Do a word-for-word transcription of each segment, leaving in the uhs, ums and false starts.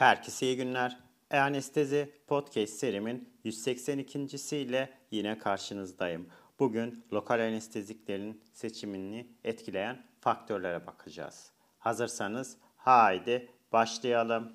Herkese iyi günler. E-Anestezi Podcast serimin yüz seksen ikincisiyle yine karşınızdayım. Bugün lokal anesteziklerin seçimini etkileyen faktörlere bakacağız. Hazırsanız haydi başlayalım.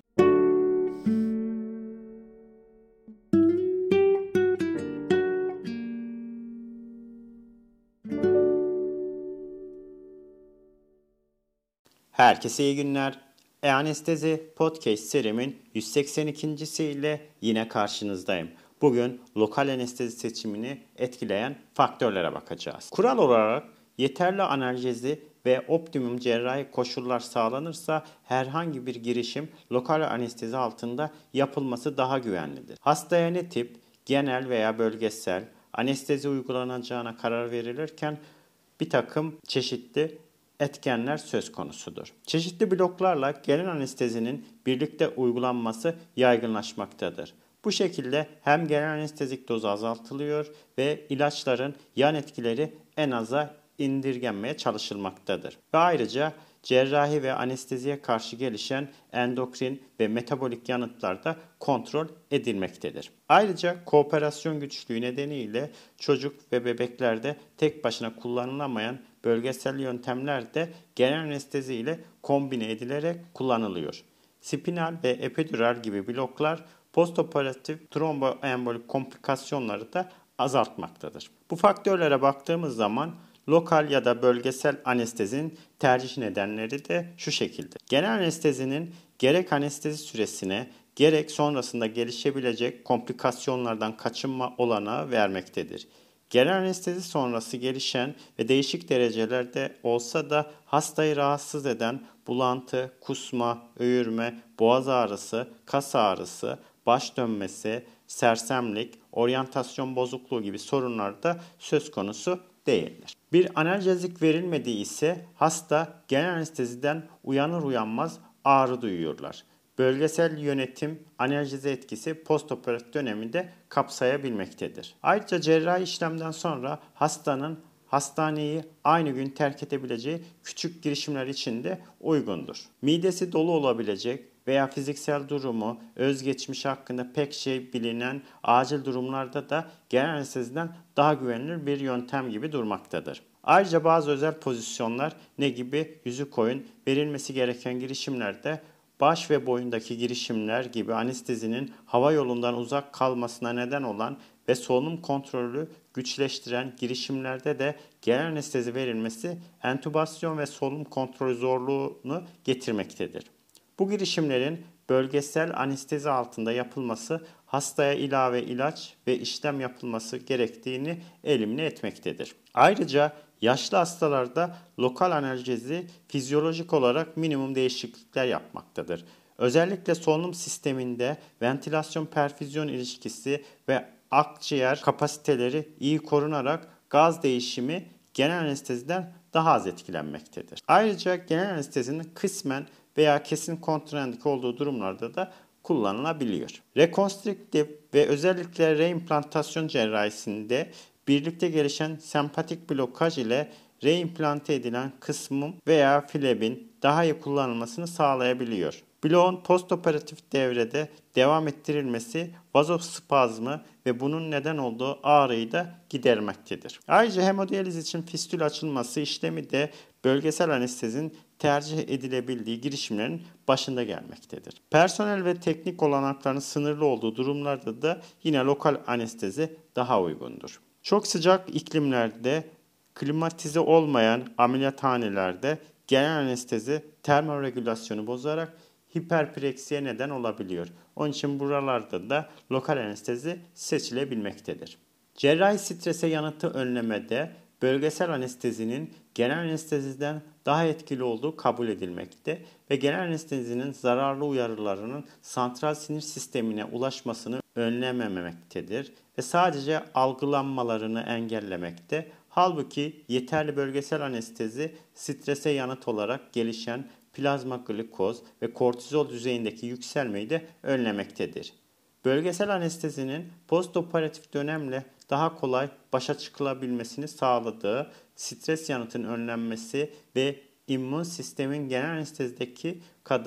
Herkese iyi günler. E-Anestezi Podcast serimin yüz seksen ikincisiyle yine karşınızdayım. Bugün lokal anestezi seçimini etkileyen faktörlere bakacağız. Kural olarak yeterli analjezi ve optimum cerrahi koşullar sağlanırsa herhangi bir girişim lokal anestezi altında yapılması daha güvenlidir. Hastaya ne tip, genel veya bölgesel anestezi uygulanacağına karar verilirken bir takım çeşitli etkenler söz konusudur. Çeşitli bloklarla genel anestezinin birlikte uygulanması yaygınlaşmaktadır. Bu şekilde hem genel anestezik dozu azaltılıyor ve ilaçların yan etkileri en aza indirgenmeye çalışılmaktadır. Ve ayrıca cerrahi ve anesteziye karşı gelişen endokrin ve metabolik yanıtlar da kontrol edilmektedir. Ayrıca kooperasyon güçlüğü nedeniyle çocuk ve bebeklerde tek başına kullanılamayan bölgesel yöntemler de genel anestezi ile kombine edilerek kullanılıyor. Spinal ve epidural gibi bloklar postoperatif tromboembolik komplikasyonları da azaltmaktadır. Bu faktörlere baktığımız zaman lokal ya da bölgesel anestezinin tercih nedenleri de şu şekilde. Genel anestezinin gerek anestezi süresine gerek sonrasında gelişebilecek komplikasyonlardan kaçınma olanağı vermektedir. Genel anestezi sonrası gelişen ve değişik derecelerde olsa da hastayı rahatsız eden bulantı, kusma, öğürme, boğaz ağrısı, kas ağrısı, baş dönmesi, sersemlik, oryantasyon bozukluğu gibi sorunlar da söz konusu değildir. Bir analjezik verilmediği ise hasta genel anesteziden uyanır uyanmaz ağrı duyuyorlar. Bölgesel yönetim analjezi etkisi postoperatif döneminde kapsayabilmektedir. Ayrıca cerrahi işlemden sonra hastanın hastaneyi aynı gün terk edebileceği küçük girişimler için de uygundur. Midesi dolu olabilecek veya fiziksel durumu, özgeçmişi hakkında pek şey bilinen acil durumlarda da genel anesteziden daha güvenilir bir yöntem gibi durmaktadır. Ayrıca bazı özel pozisyonlar ne gibi yüzük oyun verilmesi gereken girişimlerde baş ve boyundaki girişimler gibi anestezinin hava yolundan uzak kalmasına neden olan ve solunum kontrolü güçleştiren girişimlerde de genel anestezi verilmesi entübasyon ve solunum kontrolü zorluğunu getirmektedir. Bu girişimlerin bölgesel anestezi altında yapılması hastaya ilave ilaç ve işlem yapılması gerektiğini elimine etmektedir. Ayrıca yaşlı hastalarda lokal analjezi fizyolojik olarak minimum değişiklikler yapmaktadır. Özellikle solunum sisteminde ventilasyon perfüzyon ilişkisi ve akciğer kapasiteleri iyi korunarak gaz değişimi genel anesteziden daha az etkilenmektedir. Ayrıca genel anestezinin kısmen veya kesin kontraindik olduğu durumlarda da kullanılabiliyor. Rekonstrüktif ve özellikle reimplantasyon cerrahisinde birlikte gelişen sempatik blokaj ile reimplante edilen kısmın veya flebin daha iyi kullanılmasını sağlayabiliyor. Bloğun postoperatif devrede devam ettirilmesi vazospazmı ve bunun neden olduğu ağrıyı da gidermektedir. Ayrıca hemodiyaliz için fistül açılması işlemi de bölgesel anestezinin tercih edilebildiği girişimlerin başında gelmektedir. Personel ve teknik olanakların sınırlı olduğu durumlarda da yine lokal anestezi daha uygundur. Çok sıcak iklimlerde, klimatize olmayan ameliyathanelerde genel anestezi termoregülasyonu bozarak hiperpreksiye neden olabiliyor. Onun için buralarda da lokal anestezi seçilebilmektedir. Cerrahi strese yanıtı önlemede bölgesel anestezinin genel anesteziden daha etkili olduğu kabul edilmekte ve genel anestezinin zararlı uyarılarının santral sinir sistemine ulaşmasını önlememektedir ve sadece algılanmalarını engellemekte. Halbuki yeterli bölgesel anestezi strese yanıt olarak gelişen plazma glikoz ve kortizol düzeyindeki yükselmeyi de önlemektedir. Bölgesel anestezinin postoperatif dönemle daha kolay başa çıkılabilmesini sağladığı stres yanıtının önlenmesi ve immün sistemin genel anestezideki kadar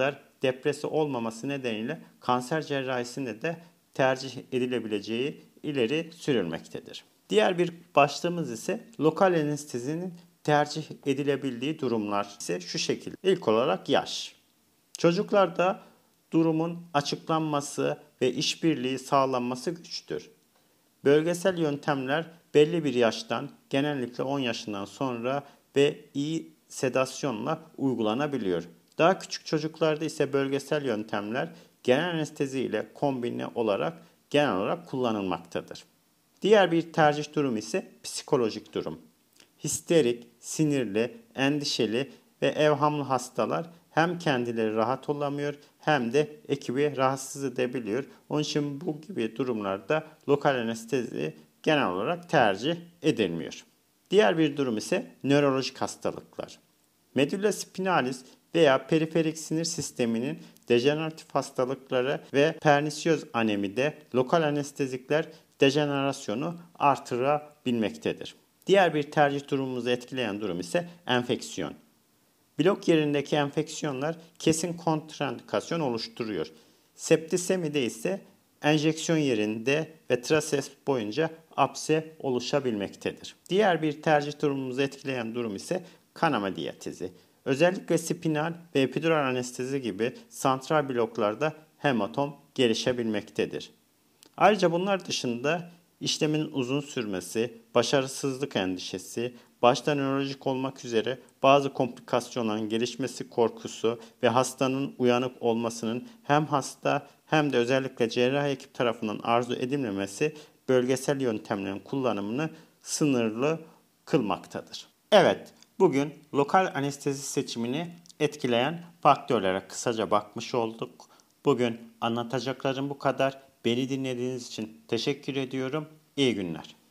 depresi olmaması nedeniyle kanser cerrahisinde de tercih edilebileceği ileri sürülmektedir. Diğer bir başlığımız ise lokal anestezinin tercih edilebildiği durumlar ise şu şekilde. İlk olarak yaş. Çocuklarda durumun açıklanması ve işbirliği sağlanması güçtür. Bölgesel yöntemler belli bir yaştan, genellikle on yaşından sonra ve iyi sedasyonla uygulanabiliyor. Daha küçük çocuklarda ise bölgesel yöntemler genel anestezi ile kombine olarak genel olarak kullanılmaktadır. Diğer bir tercih durum ise psikolojik durum. Histerik, sinirli, endişeli ve evhamlı hastalar hem kendileri rahat olamıyor hem de ekibi rahatsız edebiliyor. Onun için bu gibi durumlarda lokal anestezi genel olarak tercih edilmiyor. Diğer bir durum ise nörolojik hastalıklar. Medulla spinalis veya periferik sinir sisteminin dejeneratif hastalıkları ve pernisiyöz anemide lokal anestezikler dejenerasyonu artırabilmektedir. Diğer bir tercih durumumuzu etkileyen durum ise enfeksiyon. Blok yerindeki enfeksiyonlar kesin kontraindikasyon oluşturuyor. Septisemide ise enjeksiyon yerinde ve trases boyunca apse oluşabilmektedir. Diğer bir tercih durumumuzu etkileyen durum ise kanama diyatezi. Özellikle spinal ve epidural anestezi gibi santral bloklarda hematom gelişebilmektedir. Ayrıca bunlar dışında işlemin uzun sürmesi, başarısızlık endişesi, başta nörolojik olmak üzere bazı komplikasyonların gelişmesi korkusu ve hastanın uyanık olmasının hem hasta hem de özellikle cerrahi ekip tarafından arzu edilmemesi bölgesel yöntemlerin kullanımını sınırlı kılmaktadır. Evet, bugün lokal anestezi seçimini etkileyen faktörlere kısaca bakmış olduk. Bugün anlatacaklarım bu kadar. Beni dinlediğiniz için teşekkür ediyorum. İyi günler.